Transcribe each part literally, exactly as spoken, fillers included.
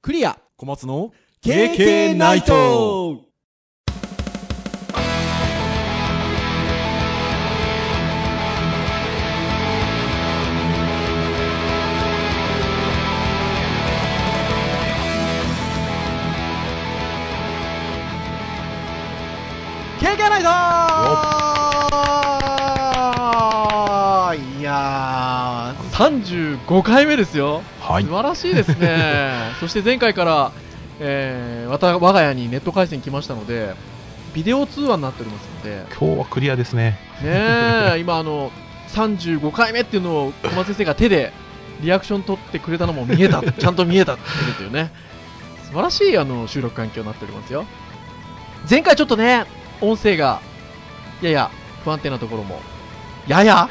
クリア小松のケーケー ナイト。ケーケー ナイトー。いやーさんじゅうごかいめですよ。 はい、 素晴らしいですねそして前回から、えー、また我が家にネット回線来ましたのでビデオ通話になっておりますので、 今日はクリアですね。 ね今あのさんじゅうごかいめっていうのを小松先生が手でリアクション取ってくれたのも見えたちゃんと見えたっていうね、素晴らしいあの収録環境になっておりますよ。前回ちょっとね音声がやや不安定なところもやや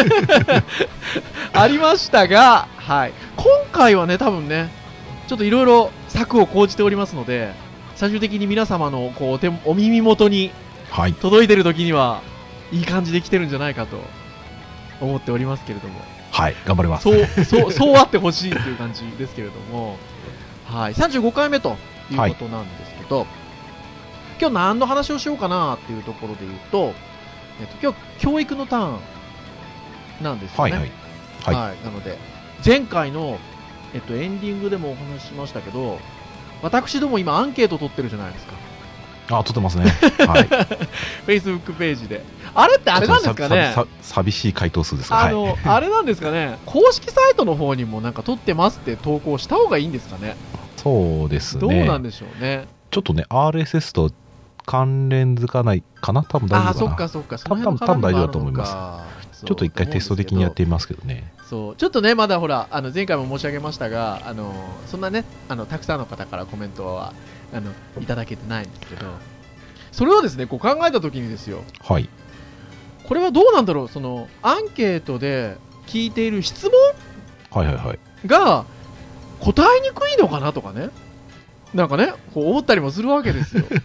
ありましたが、はい、今回はね多分ねちょっといろいろ策を講じておりますので、最終的に皆様のこう お, 手お耳元に届いてる時にはいい感じで来てるんじゃないかと思っておりますけれども、 はい、頑張ります。 そうそうそうあってほしいっていう感じですけれども、はい、さんじゅうごかいめということなんですけど、はい、今日何の話をしようかなっていうところで言うと、えっと、今日教育のターンなんですよね。はいはいはいはい、なので前回の、えっと、エンディングでもお話ししましたけど、私ども今アンケート取ってるじゃないですか。 あ、取ってますね、はい、 Facebook ページであれってあれなんですかね。 ささ寂しい回答数ですか。 あの、はい、あれなんですかね公式サイトの方にもなんか取ってますって投稿した方がいいんですかね。 そうですね、 どうなんでしょうね。 ちょっとね アールエスエス と関連づかないかな、多分大丈夫かな。 あ、そっかそっか、その辺多分大丈夫だと思います。ちょっと一回テスト的にやってみますけどね。 そうちょっとねまだほらあの前回も申し上げましたが、あのそんなねあのたくさんの方からコメントはあのいただけてないんですけど、それをですねこう考えたときにですよ、 はい、 これはどうなんだろう。そのアンケートで聞いている質問が答えにくいのかなとかね、なんかねこう思ったりもするわけですよ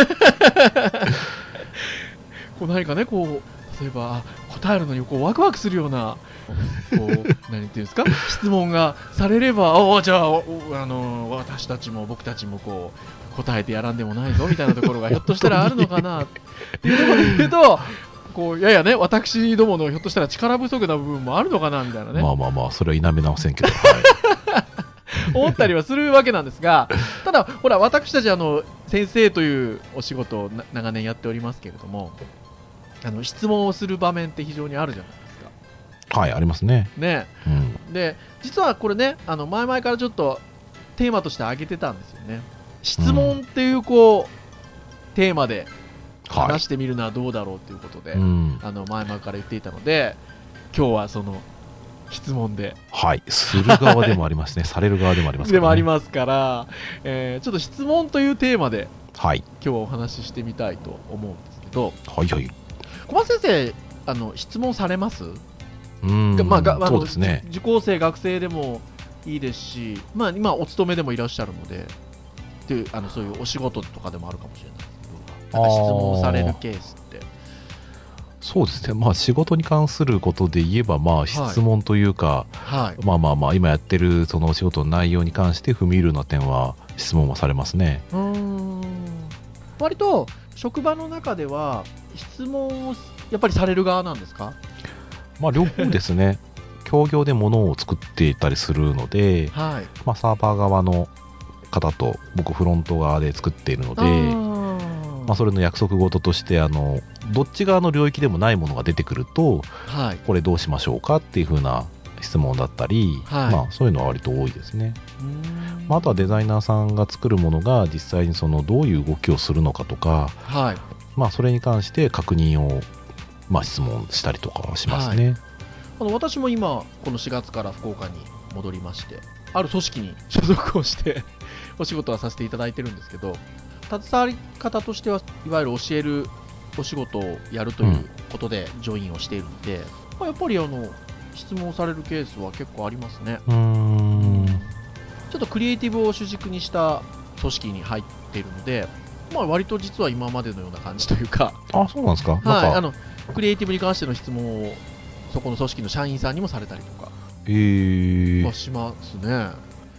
こう何かねこう例えば答えるのにこうワクワクするようなこう何ていうんですか質問がされれば、おじゃあ、あの私たちも僕たちもこう答えてやらんでもないぞみたいなところがひょっとしたらあるのかなっていうところで言うと、こうややね私どものひょっとしたら力不足な部分もあるのかなみたいなね。 まあまあまあそれは否めませんけど、はい思ったりはするわけなんですが、ただほら私たちあの先生というお仕事を長年やっておりますけれども、あの質問をする場面って非常にあるじゃないですか。 はい、ありますね。 ね、うん、で実はこれねあの前々からちょっとテーマとして挙げてたんですよね。質問っていうこう、うん、テーマで話してみるのはどうだろうということで、はい、あの前々から言っていたので、今日はその質問で、 はい、する側でもありますねされる側でもありますから、ね、 でもありますから、えー、ちょっと質問というテーマで、はい、今日はお話ししてみたいと思うんですけど、 はいはい、 小松先生あの質問されます？ うーん、まあ、がそうですね、 受講生学生でもいいですし、まあ、今お勤めでもいらっしゃるので、であのそういうお仕事とかでもあるかもしれないですけど、なんか質問されるケースって。 そうですね、まあ、仕事に関することで言えば、まあ、質問というか、はい、まあまあまあ今やってるそのお仕事の内容に関して踏み入るような点は質問はされますね。 うーん、割と職場の中では質問をやっぱりされる側なんですか？ まあ、両方ですね協業で物を作っていたりするので、はい、まあ、サーバー側の方と僕フロント側で作っているので、まあ、それの約束事としてあのどっち側の領域でもないものが出てくると、はい、これどうしましょうかっていう風な質問だったり、はい、まあ、そういうのは割と多いですね。まあ、あとはデザイナーさんが作るものが実際にそのどういう動きをするのかとか、はい、まあ、それに関して確認を、まあ、質問したりとかはしますね。はい、 あの私も今このしがつから福岡に戻りまして、ある組織に所属をしてお仕事はさせていただいてるんですけど、携わり方としてはいわゆる教えるお仕事をやるということでジョインをしているので、うん、まあ、やっぱりあの質問されるケースは結構ありますね。うーん、ちょっとクリエイティブを主軸にした組織に入っているので、まあ、割と実は今までのような感じというか。 あ、そうなんですか。 はい、なんかあのクリエイティブに関しての質問をそこの組織の社員さんにもされたりとかはしますね。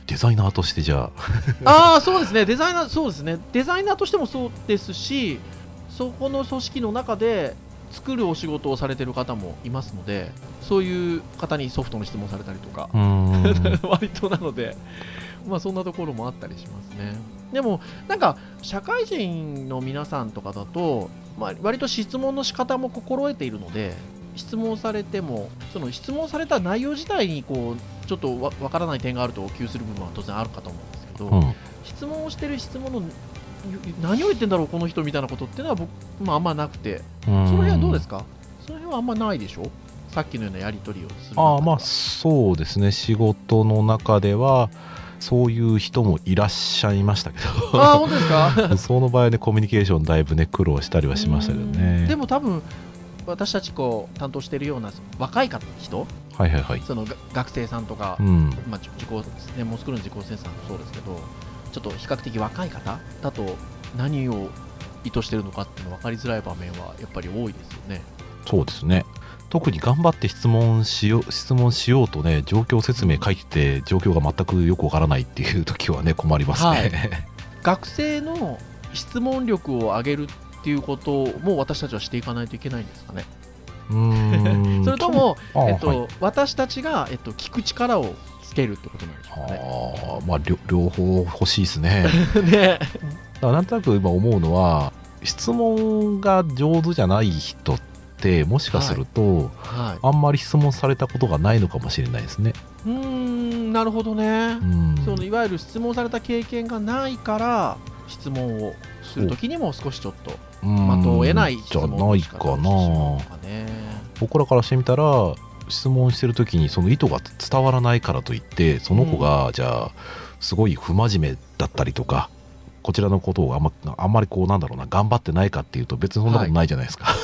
デザイナーとしてじゃあああそうですねデザイナーそうですねデザイナーとしてもそうですし、そこの組織の中で作るお仕事をされてる方もいますので、そういう方にソフトの質問されたりとか割となので、まあそんなところもあったりしますね。でもなんか社会人の皆さんとかだと、まあ、割と質問の仕方も心得ているので、質問されてもその質問された内容自体にこうちょっとわ分からない点があると急する部分は当然あるかと思うんですけど、うん、質問をしてる質問の何を言ってんだろうこの人みたいなことっていうのは僕、まあ、あんまなくて、その辺はどうですか？その辺はあんまないでしょ？さっきのようなやり取りをする。 ああまあそうですね、仕事の中ではそういう人もいらっしゃいましたけどああ本当ですか？ その場合ねコミュニケーションだいぶね苦労したりはしましたけどね。 でも多分私たちこう担当しているような若い人、 はいはいはい、 その学生さんとか、 うん、 まあ、受講ね、モースクールの受講生さんもそうですけど、ちょっと比較的若い方だと何を意図しているのかっていうの分かりづらい場面はやっぱり多いですよね。 そうですね、特に頑張って質問しよう質問しようとね状況説明書いてて状況が全くよくわからないっていう時はね困りますね、はい、 学生の質問力を上げるっていうことも私たちはしていかないといけないんですかね。うーんそれとも、えっとはい、私たちが、えっと、聞く力をつけるってことなんでしょうかね。 あ、まあ、両, 両方欲しいですねねだからなんとなく今思うのは質問が上手じゃない人ってもしかすると、はいはい、あんまり質問されたことがないのかもしれないですね。 うーんなるほどね。そのいわゆる質問された経験がないから質問をするときにも少しちょっと的を得ない質問の仕方をしてしまうのかね。 僕らからしてみたら質問してるときにその意図が伝わらないからといってその子がじゃあすごい不真面目だったりとかこちらのことをあんま、あんまりこうなんだろうな頑張ってないかっていうと別にそんなことないじゃないですか、はい、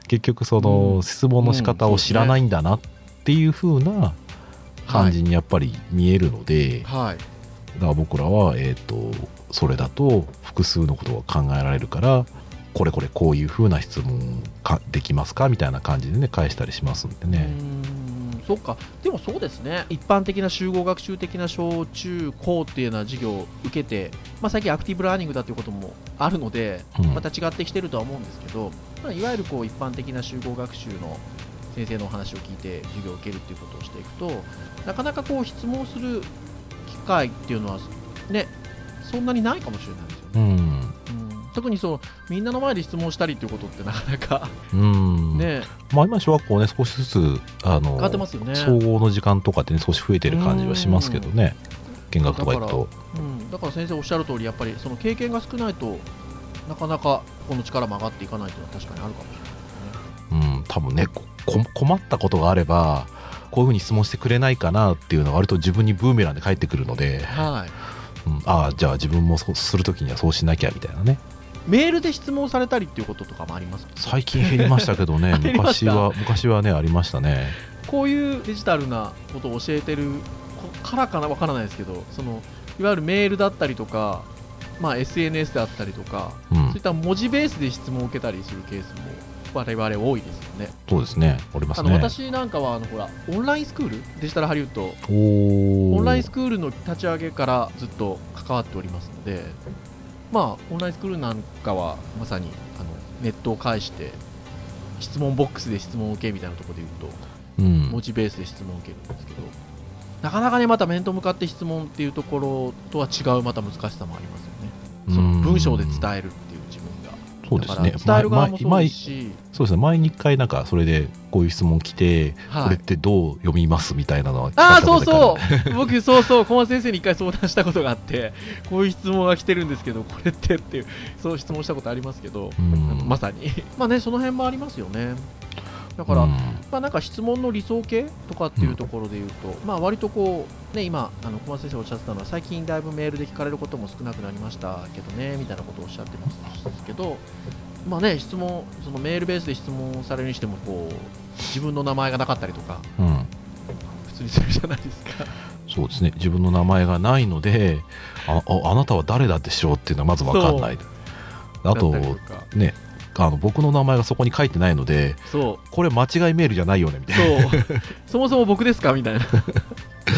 結局その質問の仕方を知らないんだなっていう風な感じにやっぱり見えるので、はい、だから僕らはえっとそれだと複数のことが考えられるからこれこれこういう風な質問かできますかみたいな感じでね返したりしますんでね。 うーんそっか。でもそうですね、一般的な集合学習的な小中高っていうような授業を受けて、まあ、最近アクティブラーニングだということもあるので、うん、また違ってきてるとは思うんですけど、まあ、いわゆるこう一般的な集合学習の先生のお話を聞いて授業を受けるっていうことをしていくとなかなかこう質問する機会っていうのはねそんなにないかもしれないですよね。うんうん特にそうみんなの前で質問したりということってなかなかうんね、まあ、今小学校ね少しずつあの変わってますよね。 総合の時間とかってね少し増えてる感じはしますけどね見学とか行くと。 だから、うん、だから先生おっしゃる通りやっぱりその経験が少ないとなかなかこの力も上がっていかないというのは確かにあるかもしれないですね。 うん多分ねこ困ったことがあればこういうふうに質問してくれないかなっていうのは割と自分にブーメランで返ってくるので、はいうん、ああじゃあ自分もそうするときにはそうしなきゃみたいなね。 メールで質問されたりっていうこととかもありますか？ 最近減りましたけどね昔は昔はねありましたね。 こういうデジタルなことを教えてるからかなわからないですけどそのいわゆるメールだったりとか、まあ、エスエヌエス であったりとか、うん、そういった文字ベースで質問を受けたりするケースも我々多いですよね。 そうですねありますね。 あの私なんかはあのほらオンラインスクールデジタルハリウッドオンラインスクールの立ち上げからずっと関わっておりますのでまあ、オンラインスクールなんかはまさにあのネットを介して質問ボックスで質問を受けみたいなところで言うと、うん、文字ベースで質問を受けるんですけどなかなかねまた面と向かって質問っていうところとは違うまた難しさもありますよね。その文章で伝えるっていう自分がそうですね伝える側もそうですしそうですね前に一回なんかそれでこういう質問来て、はい、これってどう読みますみたいなのはああそうそう僕そうそう小松先生に一回相談したことがあってこういう質問が来てるんですけどこれってっていうそう質問したことありますけどまさにまあねその辺もありますよね。だから、まあ、なんか質問の理想形とかっていうところでいうと、うんまあ、割とこう、ね、今あの小松先生おっしゃってたのは最近だいぶメールで聞かれることも少なくなりましたけどねみたいなことをおっしゃってますけどまあね、質問そのメールベースで質問されるにしてもこう自分の名前がなかったりとか、うん、普通にするじゃないですか。 そうですね自分の名前がないので あ, あ, あなたは誰だでしょうっていうのはまず分かんない。あとねあの僕の名前がそこに書いてないのでそうこれ間違いメールじゃないよねみたいなそうそもそも僕ですかみたいな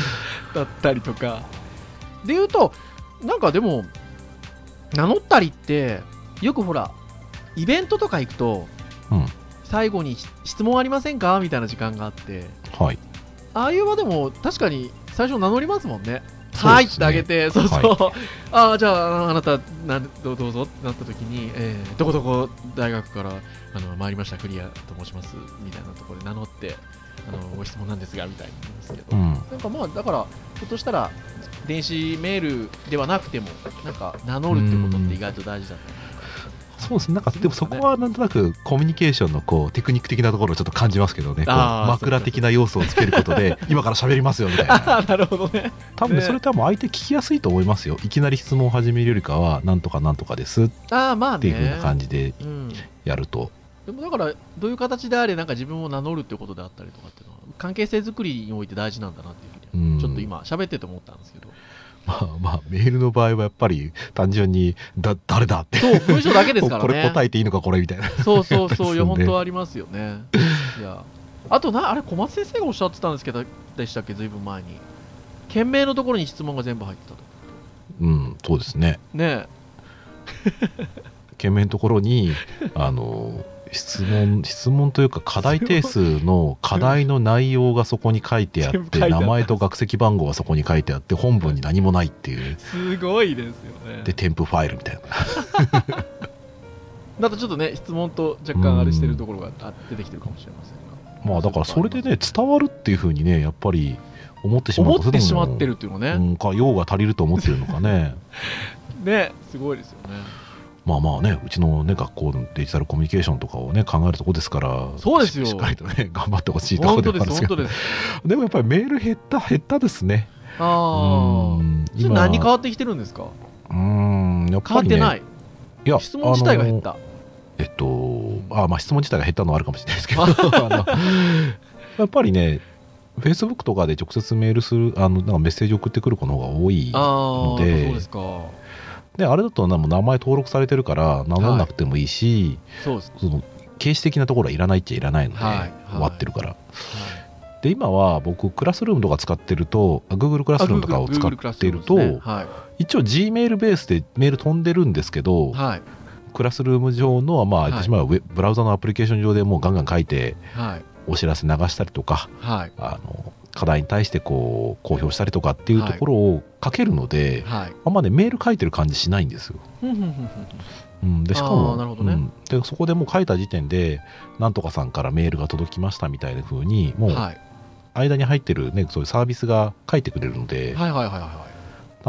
だったりとかで言うと、なんかでも名乗ったりってよくほらイベントとか行くと、うん、最後に質問ありませんかみたいな時間があって、 はい、 ああいう場でも確かに最初名乗りますもんね。はいってあげて、そうそう、はい、ああじゃああなたな ど, どうぞってなった時に、えー、どこどこ大学からあの参りましたクリアと申しますみたいなところで名乗って、あのご質問なんですがみたいに言いますけど、うん、なんかまあだからひょっとしたら電子メールではなくてもなんか名乗るってことって意外と大事だったりとか。 そうですね、なんかでもそこはなんとなくコミュニケーションのこうテクニック的なところをちょっと感じますけどね、こう枕的な要素をつけることで今から喋りますよみたいななるほどね。 多分それ多分相手聞きやすいと思いますよ。いきなり質問を始めるよりかはなんとかなんとかですっていう風な感じでやると、 でもだからどういう形であれなんか自分を名乗るってことであったりとかっていうのは関係性作りにおいて大事なんだなっていうふうにちょっと今喋ってて思ったんですけど、 まあまあ、メールの場合はやっぱり単純にだ誰だってそう文章だけですからねこれ答えていいのかこれみたいなそうそうそういや本当はありますよね。いやあとなあれ小松先生がおっしゃってたんですけどでしたっけ、ずいぶん前に件名のところに質問が全部入ってたと。 うんそうですね。 ね件名のところにあの質問質問というか課題定数の課題の内容がそこに書いてあって名前と学籍番号がそこに書いてあって本文に何もないっていうすごいですよね。 で添付ファイルみたいなだとちょっとね質問と若干あれしてるところが出てきてるかもしれませんが、まあだからそれでね伝わるっていうふうにねやっぱり思ってしまう思ってしまってるっていうのね、 うん、か用が足りると思ってるのかねねすごいですよね。 まあまあね、うちの、ね、学校のデジタルコミュニケーションとかを、ね、考えるところですから、 そうですよし, しっかりと、ね、頑張ってほしいところではあるんですけど、で, でもやっぱりメール減った減ったですね。 ああ、それ何変わってきてるんですか。 うーんやっぱり、ね、 変わってない。 いや質問自体が減った。 えっとあまあ質問自体が減ったのはあるかもしれないですけど、あのやっぱりね。フェイスブックとかで直接メールするあのなんかメッセージ送ってくる子の方が多いので、 そうですか。 であれだと名前登録されてるから名乗らなくてもいいし、はい、そうです。その形式的なところはいらないっちゃいらないので、はいはい、終わってるから、はい、で今は僕クラスルームとか使ってると Google クラスルームとかを使ってると、ねはい、一応 Gmail ベースでメール飛んでるんですけど、はい、クラスルーム上の、まあ、言ってしまえばブラウザのアプリケーション上でもうガンガン書いて、はいお知らせ流したりとか、はい、あの課題に対してこう公表したりとかっていうところを書けるので、はい、あんまねメール書いてる感じしないんですよ。うん、でしかも、なるほどね、うん、でそこでもう書いた時点でなんとかさんからメールが届きましたみたいな風にもう間に入ってる、ね、そういうサービスが書いてくれるので、はいはいはいはい、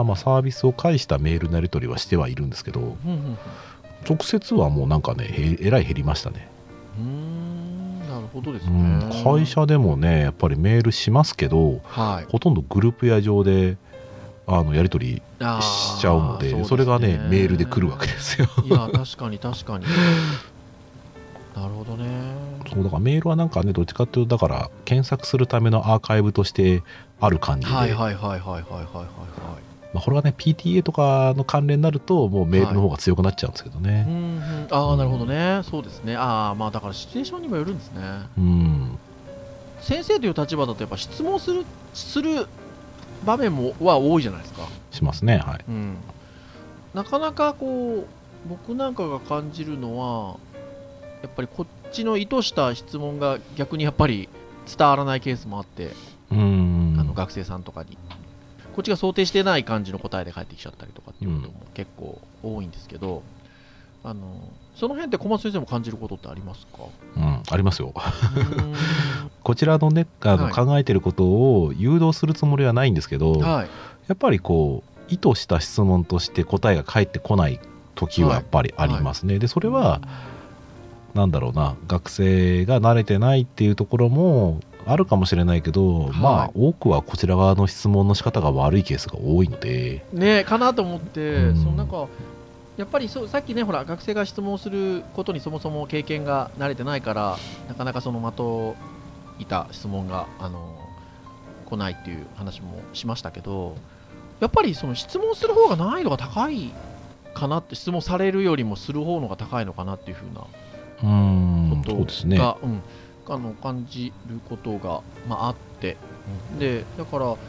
まあサービスを介したメールのやり取りはしてはいるんですけど、直接はもうなんかねえらい減りましたね。 うーんなるほどですね、うん、 会社でもねやっぱりメールしますけど、はい、ほとんどグループや上であのやり取りしちゃうの で, そ, で、ね、それがねメールで来るわけですよ。 いや確かに確かになるほどね。 そうだからメールはなんかねどっちかっていうとだから検索するためのアーカイブとしてある感じで、はいはいはいはいはいはいはいまあ、これがね ピーティーエー とかの関連になるともうメールの方が強くなっちゃうんですけどね、はい、うんうん、 ああなるほどね、そうですね。ああまあだからシチュエーションにもよるんですね。うん先生という立場だとやっぱ質問するする場面もは多いじゃないですか。 しますねはい、 うん、なかなかこう僕なんかが感じるのはやっぱりこっちの意図した質問が逆にやっぱり伝わらないケースもあって、うんあの学生さんとかにこっちが想定してない感じの答えで返ってきちゃったりとかっていうことも結構多いんですけど、うん、あのその辺って小松先生も感じることってありますか。 うん、ありますよこちらのねあの、はい、考えてることを誘導するつもりはないんですけど、はい、やっぱりこう意図した質問として答えが返ってこない時はやっぱりありますね、はいはい、でそれはなんだろうな学生が慣れてないっていうところもあるかもしれないけど、はい、まあ多くはこちら側の質問の仕方が悪いケースが多いのでねかなと思って、うん、そのなんかやっぱりそうさっきねほら学生が質問することにそもそも経験が慣れてないからなかなかその的いた質問があの来ないっていう話もしましたけど、やっぱりその質問する方が難易度が高いかなって、質問されるよりもする方のが高いのかなっていうふうなことが、そうですね、うん、あの感じることが、まあ、あって、うん、でだから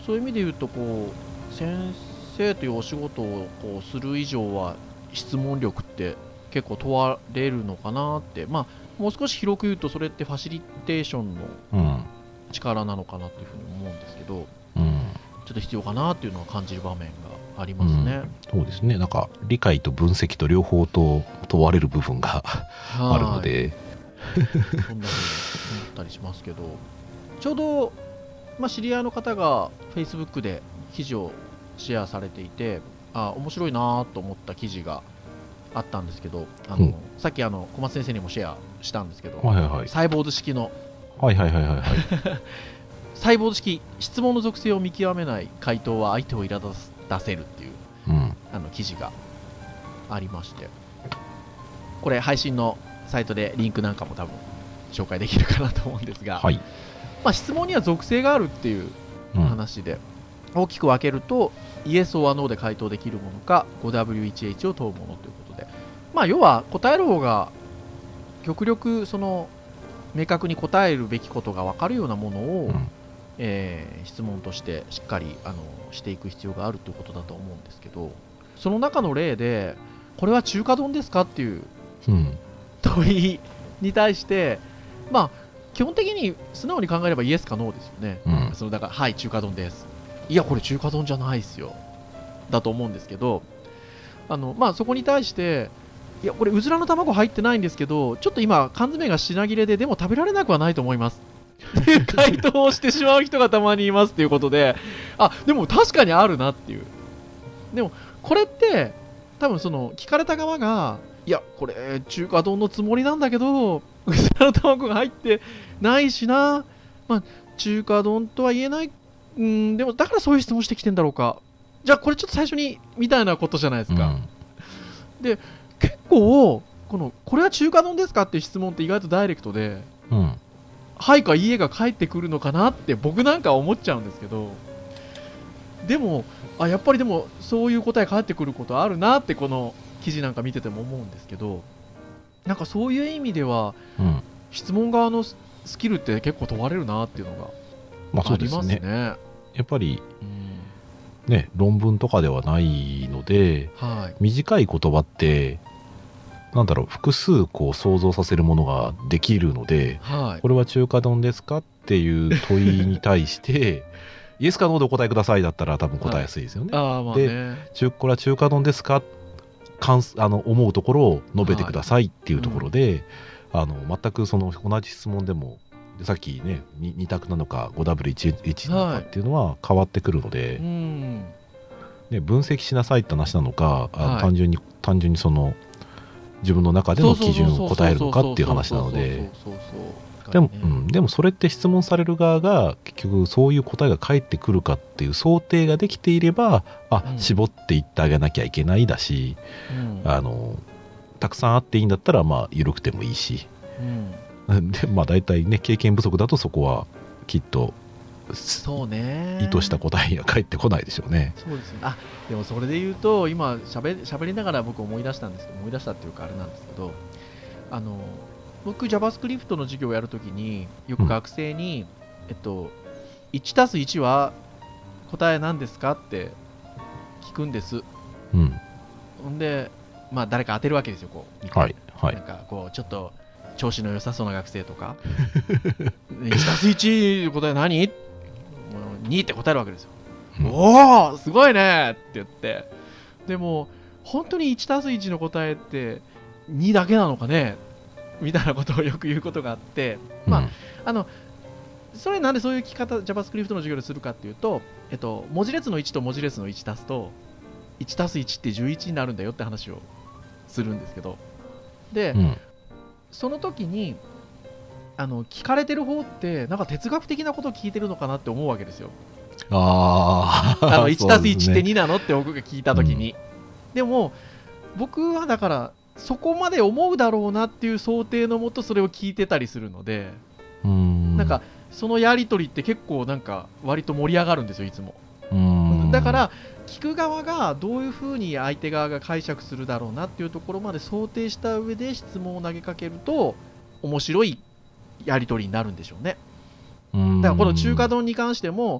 そういう意味で言うとこう先生というお仕事をこうする以上は質問力って結構問われるのかなって、まあ、もう少し広く言うとそれってファシリテーションの力なのかなというふうに思うんですけど、うん、ちょっと必要かなっていうのは感じる場面がありますね、 うん、そうですね。なんか理解と分析と両方と問われる部分があるのでそんなふうに思ったりしますけど、ちょうど、まあ、知り合いの方が Facebook で記事をシェアされていて、あ面白いなと思った記事があったんですけど、あの、うん、さっきあの小松先生にもシェアしたんですけど、 はいはいはい、 サイボーズ式の、 はいはいはいはい、はい、 サイボーズ式質問の属性を見極めない回答は相手を苛立たせるっていう、うん、あの記事がありまして、これ配信のサイトでリンクなんかも多分紹介できるかなと思うんですが、はい、まあ、質問には属性があるっていう話で、うん、大きく分けるとイエス or ノーで回答できるものか ファイブダブリューワンエイチ を問うものということで、まあ、要は答える方が極力その明確に答えるべきことが分かるようなものを、うん、えー、質問としてしっかりあのしていく必要があるということだと思うんですけど、その中の例でこれは中華丼ですかっていう問いに対して、まあ基本的に素直に考えればイエスかノーですよね、うん、そのだからはい中華丼です、いやこれ中華丼じゃないですよだと思うんですけど、あの、まあ、そこに対していやこれうずらの卵入ってないんですけどちょっと今缶詰が品切れででも食べられなくはないと思いますっていう回答をしてしまう人がたまにいますっていうことで、あでも確かにあるなっていう。でもこれって多分その聞かれた側がいやこれ中華丼のつもりなんだけどうずらの卵が入ってないしな、まあ、中華丼とは言えない、うんでもだからそういう質問してきてんだろうか、じゃあこれちょっと最初にみたいなことじゃないですか、うん、で結構このこれは中華丼ですかっていう質問って意外とダイレクトで、うん、はいかいいえが返ってくるのかなって僕なんかは思っちゃうんですけど、でもあやっぱりでもそういう答え返ってくることあるなってこの記事なんか見てても思うんですけど、なんかそういう意味では、うん、質問側のスキルって結構問われるなっていうのがありますね。まあ、 やっぱり、うんね、論文とかではないので、はい、短い言葉ってなんだろう複数こう想像させるものができるので、はい、これは中華丼ですかっていう問いに対してイエスかノーでお答えくださいだったら多分答えやすいですよね。はい、あまあねで中これは中華丼ですかかんあの思うところを述べてくださいっていうところで、はいうん、あの全くその同じ質問でもさっきねに択なのか ファイブダブリューワンエイチ なのかっていうのは変わってくるので、はいうんね、分析しなさいって話なのか、はい、単純に単純にその自分の中での基準を答えるのかっていう話なので、でも、うん、でもそれって質問される側が結局そういう答えが返ってくるかっていう想定ができていればあ、うん、絞っていってあげなきゃいけないだし、うん、あのたくさんあっていいんだったらまあ緩くてもいいし、うん、でまあ大体ね経験不足だとそこはきっとそうね意図した答えには返ってこないでしょうね。 そうですね。あでもそれで言うと今しゃべしゃべりながら僕思い出したんですけど思い出したっていうかあれなんですけど、あの僕 JavaScript の授業をやるときによく学生に、うん、えっと いちたすいち は答え何ですかって聞くんです。うん。ほんでまあ誰か当てるわけですよこう。はいはい。なんかこうちょっと調子の良さそうな学生とかいちたすいち 答え何にって答えるわけですよ、うん、おおすごいねって言って、でも本当に いちたすいち の答えってにだけなのかねみたいなことをよく言うことがあって、うん、まああのそれなんでそういう聞き方 JavaScript の授業でするかっていうと、えっと、文字列のいちと文字列のいち足すといちたすいちってじゅういちになるんだよって話をするんですけど、で、うん、その時にあの聞かれてる方ってなんか哲学的なことを聞いてるのかなって思うわけですよ。ああの いちたすいち ってになのって僕が聞いた時に、うん、でも僕はだからそこまで思うだろうなっていう想定のもとそれを聞いてたりするので、うーんなんかそのやり取りって結構なんか割と盛り上がるんですよいつも。うーんだから聞く側がどういうふうに相手側が解釈するだろうなっていうところまで想定した上で質問を投げかけると面白いやり取りになるんでしょうね。だからこの中華丼に関しても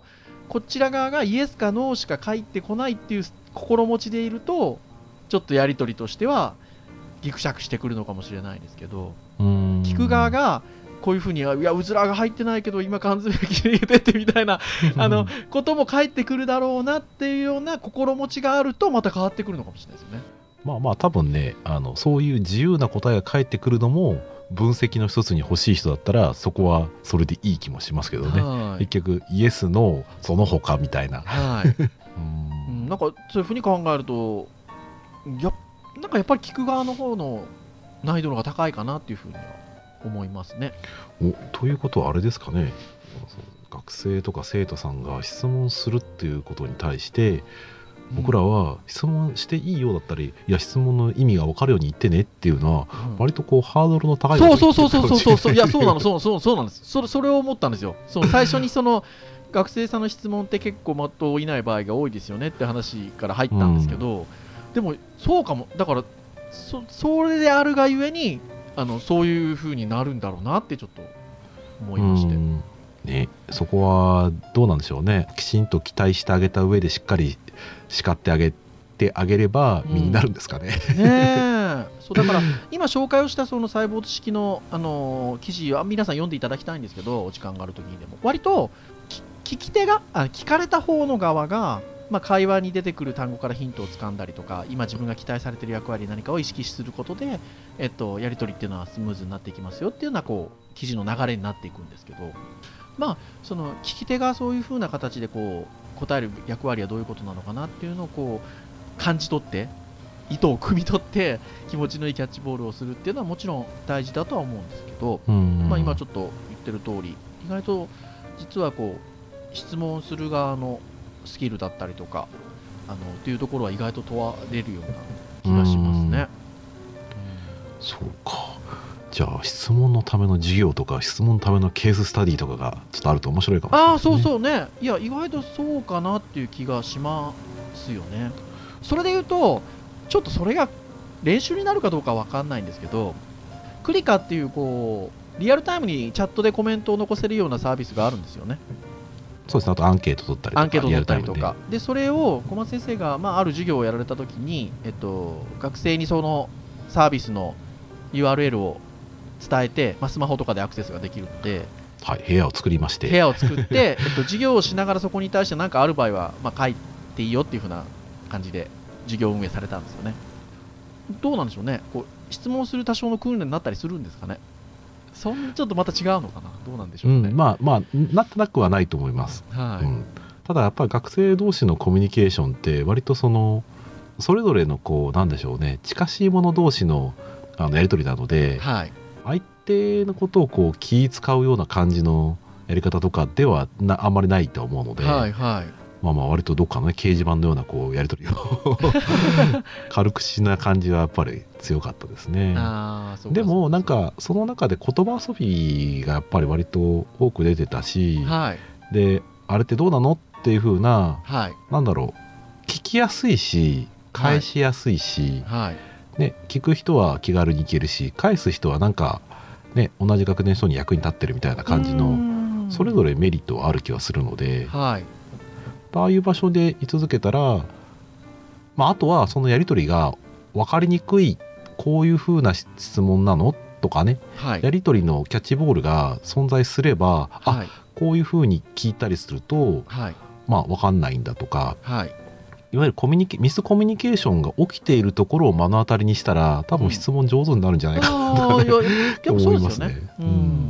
こちら側がイエスかノーしか返ってこないっていう心持ちでいるとちょっとやり取りとしてはギクシャクしてくるのかもしれないですけど、 うーん聞く側がこういうふうに、いやうずらが入ってないけど今缶詰切り入れてみたいなあのことも返ってくるだろうなっていうような心持ちがあるとまた変わってくるのかもしれないですよね。 まあまあ多分ね、あのそういう自由な答えが返ってくるのも分析の一つに欲しい人だったらそこはそれでいい気もしますけどね。結局イエスノーその他みたいな、 はいうん、なんかそういうふうに考えるとやなんかやっぱり聞く側の方の難易度の方が高いかなっていうふうには思いますね。 おということはあれですかね、学生とか生徒さんが質問するっていうことに対して僕らは質問していいようだったり、いや質問の意味が分かるように言ってねっていうのは、うん、割とこうハードルの高いことそうそうそうそうそうそういやそうなのそうそうそうなんです。それそれを思ったんですよ。そう最初にその学生さんの質問って結構的をいない場合が多いですよねって話から入ったんですけど、うん、でもそうかもだから そ, それであるがゆえにあのそういう風になるんだろうなってちょっと思いまして、うんね、そこはどうなんでしょうね。きちんと期待してあげた上でしっかり叱ってあげてあげれば身になるんですかね。 うん、ねそうだから今紹介をしたそのサイボート式の、あのー、記事は皆さん読んでいただきたいんですけど、お時間がある時にでも割と聞き手があ聞かれた方の側が、まあ、会話に出てくる単語からヒントをつかんだりとか今自分が期待されている役割何かを意識することで、えっと、やり取りっていうのはスムーズになっていきますよっていうようなこう記事の流れになっていくんですけど、まあ、その聞き手がそういう風な形でこう答える役割はどういうことなのかなっていうのをこう感じ取って意図を汲み取って気持ちのいいキャッチボールをするっていうのはもちろん大事だとは思うんですけど、まあ、今ちょっと言ってる通り意外と実はこう質問する側のスキルだったりとかあのっていうところは意外と問われるような気がしますね。 うんそうか。じゃあ質問のための授業とか質問のためのケーススタディとかがちょっとあると面白いかもしれないですね。 ああそうそうね。いや意外とそうかなっていう気がしますよね。それで言うとちょっとそれが練習になるかどうかわかんないんですけど、クリカっていうこうリアルタイムにチャットでコメントを残せるようなサービスがあるんですよね。 そうですね。あとアンケート取ったりとか。 アンケート取ったりとかでそれを小松先生が、まあ、ある授業をやられた時に、えっと、学生にそのサービスの ユーアールエル を伝えて、まあ、スマホとかでアクセスができるので、 はい、部屋を作りまして部屋を作って、えっと、授業をしながらそこに対して何かある場合は、まあ、書いていいよっていう風な感じで授業運営されたんですよね。どうなんでしょうね。こう質問する多少の訓練になったりするんですかね。そんちょっとまた違うのかな。どうなんでしょうね。 うん、まあまあなってなくはないと思います。 はい、 うん、ただやっぱり学生同士のコミュニケーションって割とそのそれぞれのこうなんでしょうね、近しい者同士のあのやり取りなので、 はい、 相手のことをこう気使うような感じのやり方とかではなあんまりないと思うので、 はいはい、 まあまあ割とどっかの、ね、掲示板のようなこうやり取りを軽口な感じはやっぱり強かったですね。 あそうでもなんかその中で言葉遊びがやっぱり割と多く出てたし、 はい、 であれってどうなのっていう風な、 はい、 なんだろう、聞きやすいし返しやすいし、 はいはいね、聞く人は気軽に聞けるし返す人はなんか、ね、同じ学年の人に役に立ってるみたいな感じのそれぞれメリットはある気はするので、 はい、 ああいう場所で居続けたら、まあ、あとはそのやり取りが分かりにくい、こういう風な質問なのとかね、はい、やり取りのキャッチボールが存在すれば、はい、あこういう風に聞いたりすると、はい、まあ分かんないんだとか、はい、いわゆるコミュニケミスコミュニケーションが起きているところを目の当たりにしたら多分質問上手になるんじゃないかなと、ね、うん、思いますね。 うん、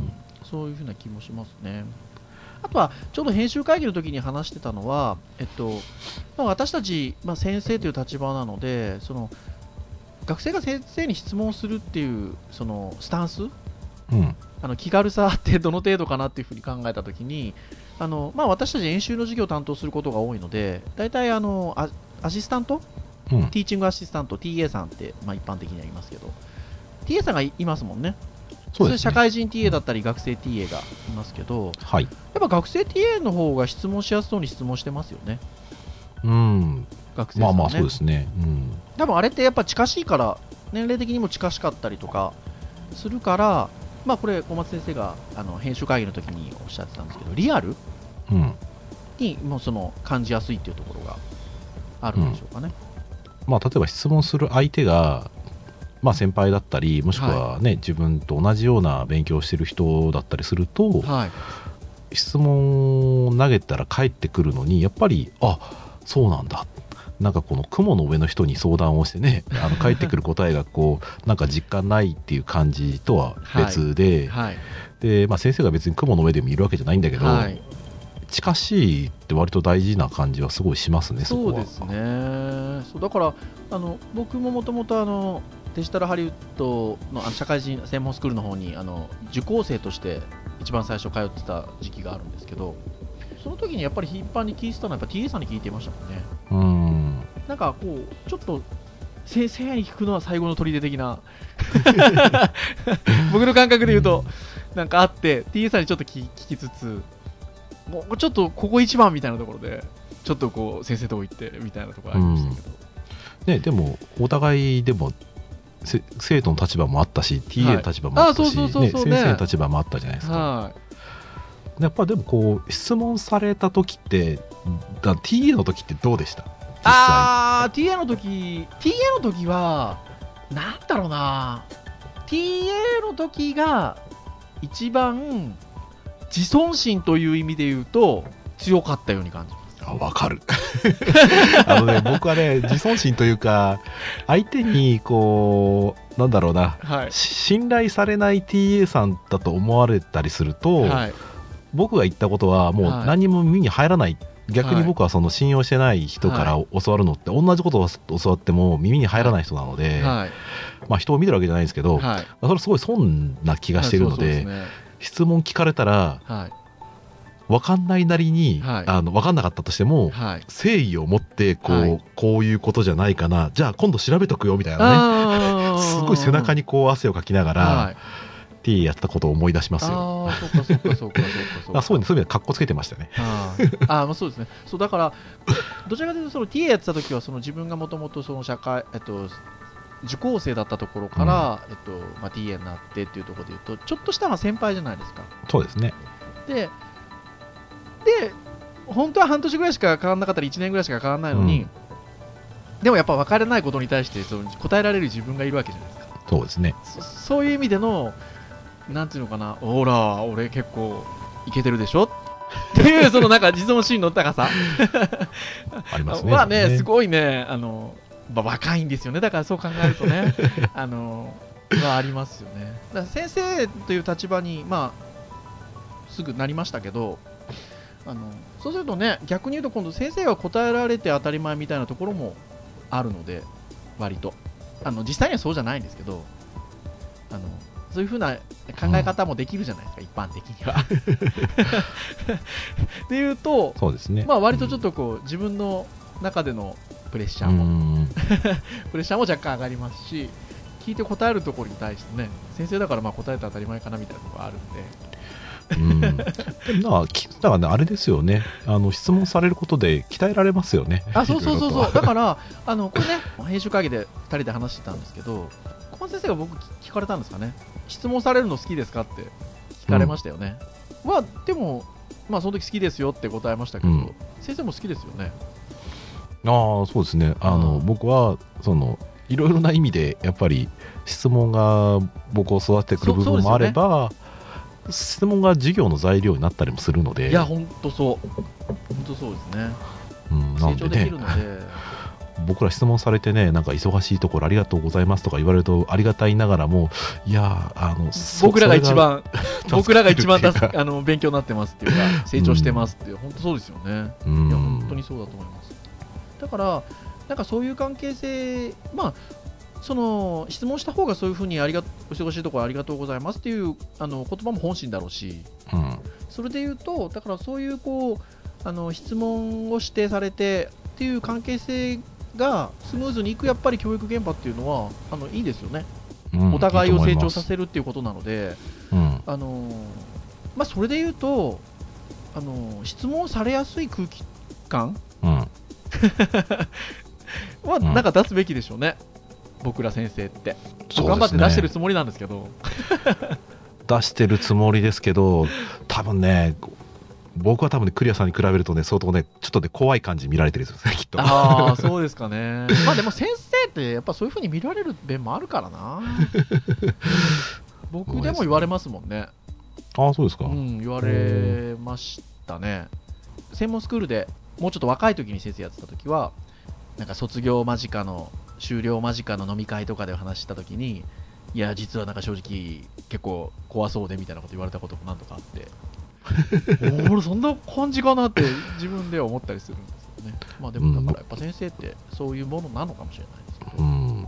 そういう風な気もしますね。あとはちょうど編集会議の時に話してたのは、えっとまあ、私たち、まあ、先生という立場なので、その学生が先生に質問するっていうそのスタンス、うん、あの気軽さってどの程度かなっていうふうに考えた時に、あの、まあ、私たち演習の授業を担当することが多いので、大体あの ア, アシスタント、うん、ティーチングアシスタント ティーエー さんって、まあ、一般的には言いますけど ティーエー さんがいますもんね。そうですね、社会人 ティーエー だったり学生 ティーエー がいますけど、はい、やっぱ学生 ティーエー の方が質問しやすそうに質問してますよね。 うん、学生さんね。まあまあそうですね、うん、 多分あれってやっぱ近しいから、年齢的にも近しかったりとかするから、まあこれ小松先生があの編集会議の時におっしゃってたんですけど、リアル、うん、 にもうその感じやすいっていうところがあるんでしょうかね。 うん、まあ、例えば質問する相手が、まあ、先輩だったりもしくは、ね、はい、自分と同じような勉強をしてる人だったりすると、はい、質問を投げたら返ってくるのにやっぱりあそうなんだ、なんかこの雲の上の人に相談をしてねあの返ってくる答えがこうなんか実感ないっていう感じとは別で、はいはい、でまあ、先生が別に雲の上でもいるわけじゃないんだけど、はい、近しいって割と大事な感じはすごいしますね。 そうですね。そうだからあの僕ももともとデジタルハリウッドの、あの社会人専門スクールの方にあの受講生として一番最初通ってた時期があるんですけど、その時にやっぱり頻繁に聞いてたのはやっぱ ティーエー さんに聞いていましたもんね。うーん、なんかこうちょっと先生に聞くのは最後の砦的な僕の感覚で言うとなんかあって ティーエー さんにちょっと 聞, 聞きつつ、もうちょっとここ一番みたいなところでちょっとこう先生とこ行ってみたいなところありましたけど、 ね、でもお互いでも生徒の立場もあったし ティーエー の立場もあったし、先生の立場もあったじゃないですか。はい、やっぱでもこう質問された時ってだ ティーエー の時ってどうでした？ あー ティーエー の時 ティーエー の時はなんだろうな ティーエー の時が一番自尊心という意味で言うと強かったように感じます。 あ、わかるあのね、僕はね自尊心というか相手にこうなんだろうな、はい、信頼されない ティーエー さんだと思われたりすると、はい、僕が言ったことはもう何も耳に入らない、はい、逆に僕はその信用してない人から教わるのって同じことを教わっても耳に入らない人なので、はい、まあ人を見てるわけじゃないんですけど、はい、それすごい損な気がしているので、はい、質問聞かれたら、はい、分かんないなりに、はい、あの分かんなかったとしても、はい、誠意を持ってこう、はい、こういうことじゃないかな、じゃあ今度調べとくよみたいなねすごい背中にこう汗をかきながら、はい、ティーやったことを思い出しますよ。 ああ、そうかそうかそうかそうかそういうのかっこつけてましたね。 ああ、まあそうですね。そうだからどちらかというとその ティーエー やってた時はその自分がもともとその社会えっと受講生だったところから、うん、えっとまあ、ティーエー になってっていうところでいうとちょっとしたのは先輩じゃないですか。 そうですね。 でで本当は半年ぐらいしか変わらなかったりいちねんぐらいしか変わらないのに、うん、でもやっぱ分からないことに対してその答えられる自分がいるわけじゃないですか。 そうですね。 そ, そういう意味でのなんていうのかな、ほら俺結構いけてるでしょっていうそのなんか自尊心の高さありますね。 まあね、すごいね、あの、まあ、若いんですよね。だからそう考えるとねあのはありますよね。だから先生という立場にまあすぐなりましたけど、あのそうするとね、逆に言うと今度先生が答えられて当たり前みたいなところもあるので、割とあの実際にはそうじゃないんですけど、あのそういう風な考え方もできるじゃないですか、うん、一般的にはでいうと、 そうですね、 まあ割とちょっとこう自分の中でのプレッシャーもプレッシャーも若干上がりますし、聞いて答えるところに対してね、先生だからまあ答えて当たり前かなみたいなところがあるんで、 うん、だからね、あれですよね、あの質問されることで鍛えられますよね。 あ、そうそうそうそうだからあのこれね、編集会議でふたりで話してたんですけど、小松先生が僕聞かれたんですかね、質問されるの好きですかって聞かれましたよね。うん、まあでもまあその時好きですよって答えましたけど、うん、先生も好きですよね。 ああ、そうですね。あの、うん、僕はそのいろいろな意味でやっぱり質問が僕を育ててくる部分もあれば、質問が授業の材料になったりもするので。 いや本当そう本当そうですね。うん、成長できるので、 僕ら質問されてね、なんか忙しいところありがとうございますとか言われるとありがたいながらも、いやあの僕らが一番僕らが一番あの勉強になってますっていうか成長してますっていう、うん、本当そうですよね。うん、いや本当にそうだと思います。だからなんかそういう関係性、まあその質問した方がそういうふうにありがお忙しいところありがとうございますっていうあの言葉も本心だろうし、うん、それで言うとだからそういうこうあの質問を指定されてっていう関係性がスムーズにいくやっぱり教育現場っていうのはあのいいですよね。うん、お互いを成長させるっていうことなので、うん、あのまあ、それで言うとあの質問されやすい空気感、うん、はなんか出すべきでしょうね。僕ら先生って、ね、頑張って出してるつもりなんですけど出してるつもりですけど、多分ね僕は多分ねクリアさんに比べるとね相当ねちょっとね怖い感じ見られてるんですよねきっと。 ああそうですかね。まあでも先生ってやっぱそういう風に見られる面もあるからな。僕でも言われますもんね。 ああそうですか。 うん言われましたね。専門スクールでもうちょっと若い時に先生やってた時はなんか卒業間近の修了間近の飲み会とかで話した時にいや実はなんか正直結構怖そうでみたいなこと言われたことも何とかあって俺そんな感じかなって自分では思ったりするんですよね。まあでもだからやっぱ先生ってそういうものなのかもしれないですけど、 うん、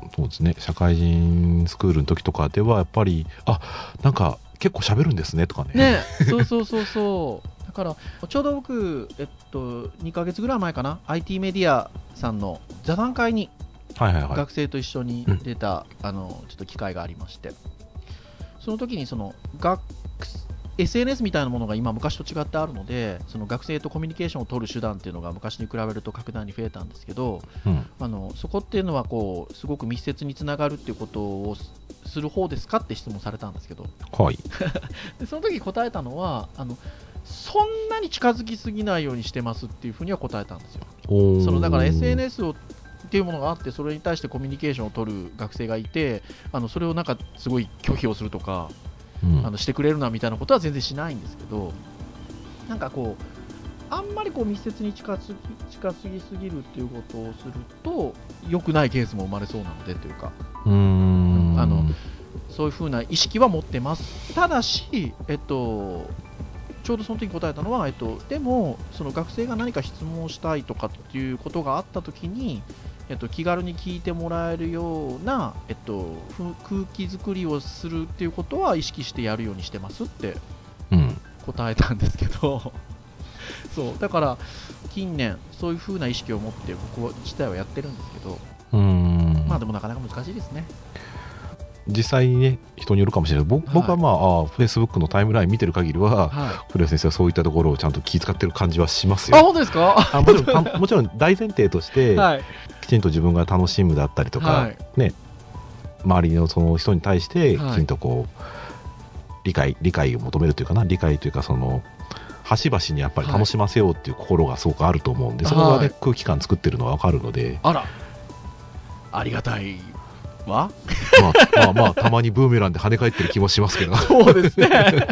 そうですね。社会人スクールの時とかではやっぱりあなんか結構喋るんですねとかね。 ねそうそうそうそうだからちょうど僕、えっと、にかげつぐらい前かな アイティー メディアさんの座談会に学生と一緒に出た、はいはいはい、あのちょっと機会がありまして、その時にその学 エスエヌエス みたいなものが今昔と違ってあるのでその学生とコミュニケーションを取る手段っていうのが昔に比べると格段に増えたんですけど、うん、あのそこっていうのはこうすごく密接につながるっていうことをする方ですかって質問されたんですけど、 はい、 でその時答えたのはあのそんなに近づきすぎないようにしてますっていうふうには答えたんですよ。そのだから エスエヌエス をっていうものがあってそれに対してコミュニケーションを取る学生がいてあのそれをなんかすごい拒否をするとか、うん、あのしてくれるなみたいなことは全然しないんですけど、なんかこうあんまりこう密接に近づき近すぎすぎるっていうことをすると良くないケースも生まれそうなのでというかうーんあのそういうふうな意識は持ってます。ただし、えっとちょうどその時答えたのは、えっと、でもその学生が何か質問をしたいとかっていうことがあった時に、えっと、気軽に聞いてもらえるような、えっと、空気作りをするっていうことは意識してやるようにしてますって答えたんですけど、うん、そうだから近年そういう風な意識を持って僕自体はやってるんですけど、うーんまあでもなかなか難しいですね。 実際にね人によるかもしれない。僕、はい、僕はまあフェイスブックのタイムライン見てる限りは、はい、古谷先生はそういったところをちゃんと気遣ってる感じはしますよ。 あ本当ですか。 あもちろんもちろん大前提として、はい、きちんと自分が楽しむだったりとか、はい、ね周りのその人に対してきちんとこう、はい、理解理解を求めるというかな理解というかその端々にやっぱり楽しませようっていう心がすごくあると思うんで、はい、そこがね空気感作ってるのは分かるので、 あらありがたいわまあまあまあたまにブーメランで跳ね返ってる気もしますけどそうですね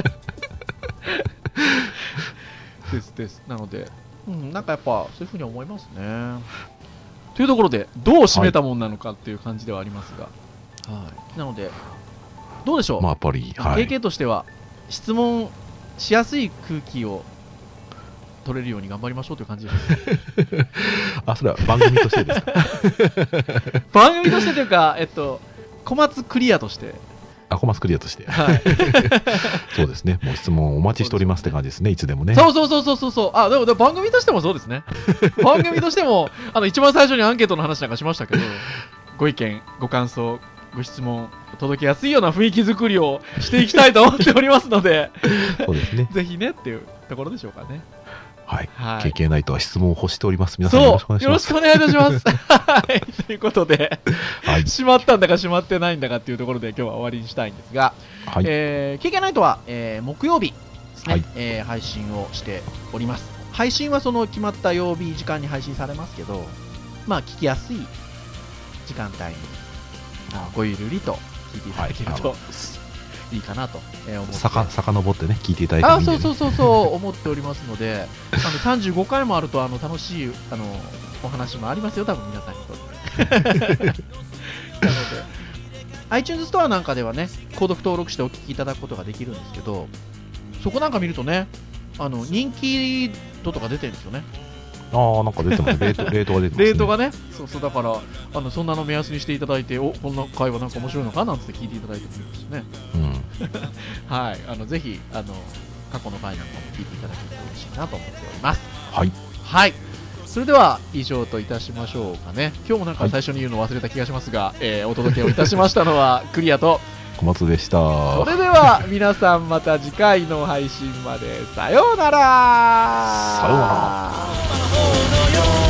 ですですなので、うん、なんかやっぱそういうふうに思いますね。というところでどう締めたもんなのかっていう感じではありますが、はいはい、なのでどうでしょう、 まあ、やっぱり、はい、 経験としては質問しやすい空気を取れるように頑張りましょうという感じですあそれは番組としてですか番組としてというか、えっと、小松クリアとしてあ小松クリアとして、はい、そうですねもう質問お待ちしておりますって感じですねいつでもね。 そうそうそうそうそうあでもでも番組としてもそうですね番組としてもあの一番最初にアンケートの話なんかしましたけどご意見ご感想ご質問届けやすいような雰囲気作りをしていきたいと思っておりますのでそうですねぜひねっていうところでしょうかね。 はい、はい、ケーケーナイトは質問を欲しております。皆さんよろしくお願いします。 よろしくお願いいたしますはい、ということで、はい、閉まったんだか閉まってないんだかっていうところで今日は終わりにしたいんですが、はいえー、ケーケーナイトは、えー、木曜日ですね、はいえー、配信をしております。配信はその決まった曜日時間に配信されますけど、まあ聞きやすい時間帯にごゆるりと聞いていただけると、はいいいかなと思ってさか遡ってね聞いていただいてもいいんで、ね、 あそうそうそうそう思っておりますのであのさんじゅうごかいもあるとあの楽しいあのお話もありますよ多分皆さんにとってなので iTunes ストアなんかではね購読登録してお聞きいただくことができるんですけどそこなんか見るとねあの人気度とか出てるんですよね。 ああなんか出てますレートレートが出てますね。 レートがねそうそうだからあのそんなの目安にしていただいておこんな会話なんか面白いのかなんて聞いていただいてもいいですしね、うん、はいあのぜひあの過去の回なんかも聞いていただけると嬉しいなと思っております。 はいはいそれでは以上といたしましょうかね。今日もなんか最初に言うの忘れた気がしますが、はいえー、お届けをいたしましたのはクリアと小松でした。 それでは皆さんまた次回の配信までさようなら。 さようなら。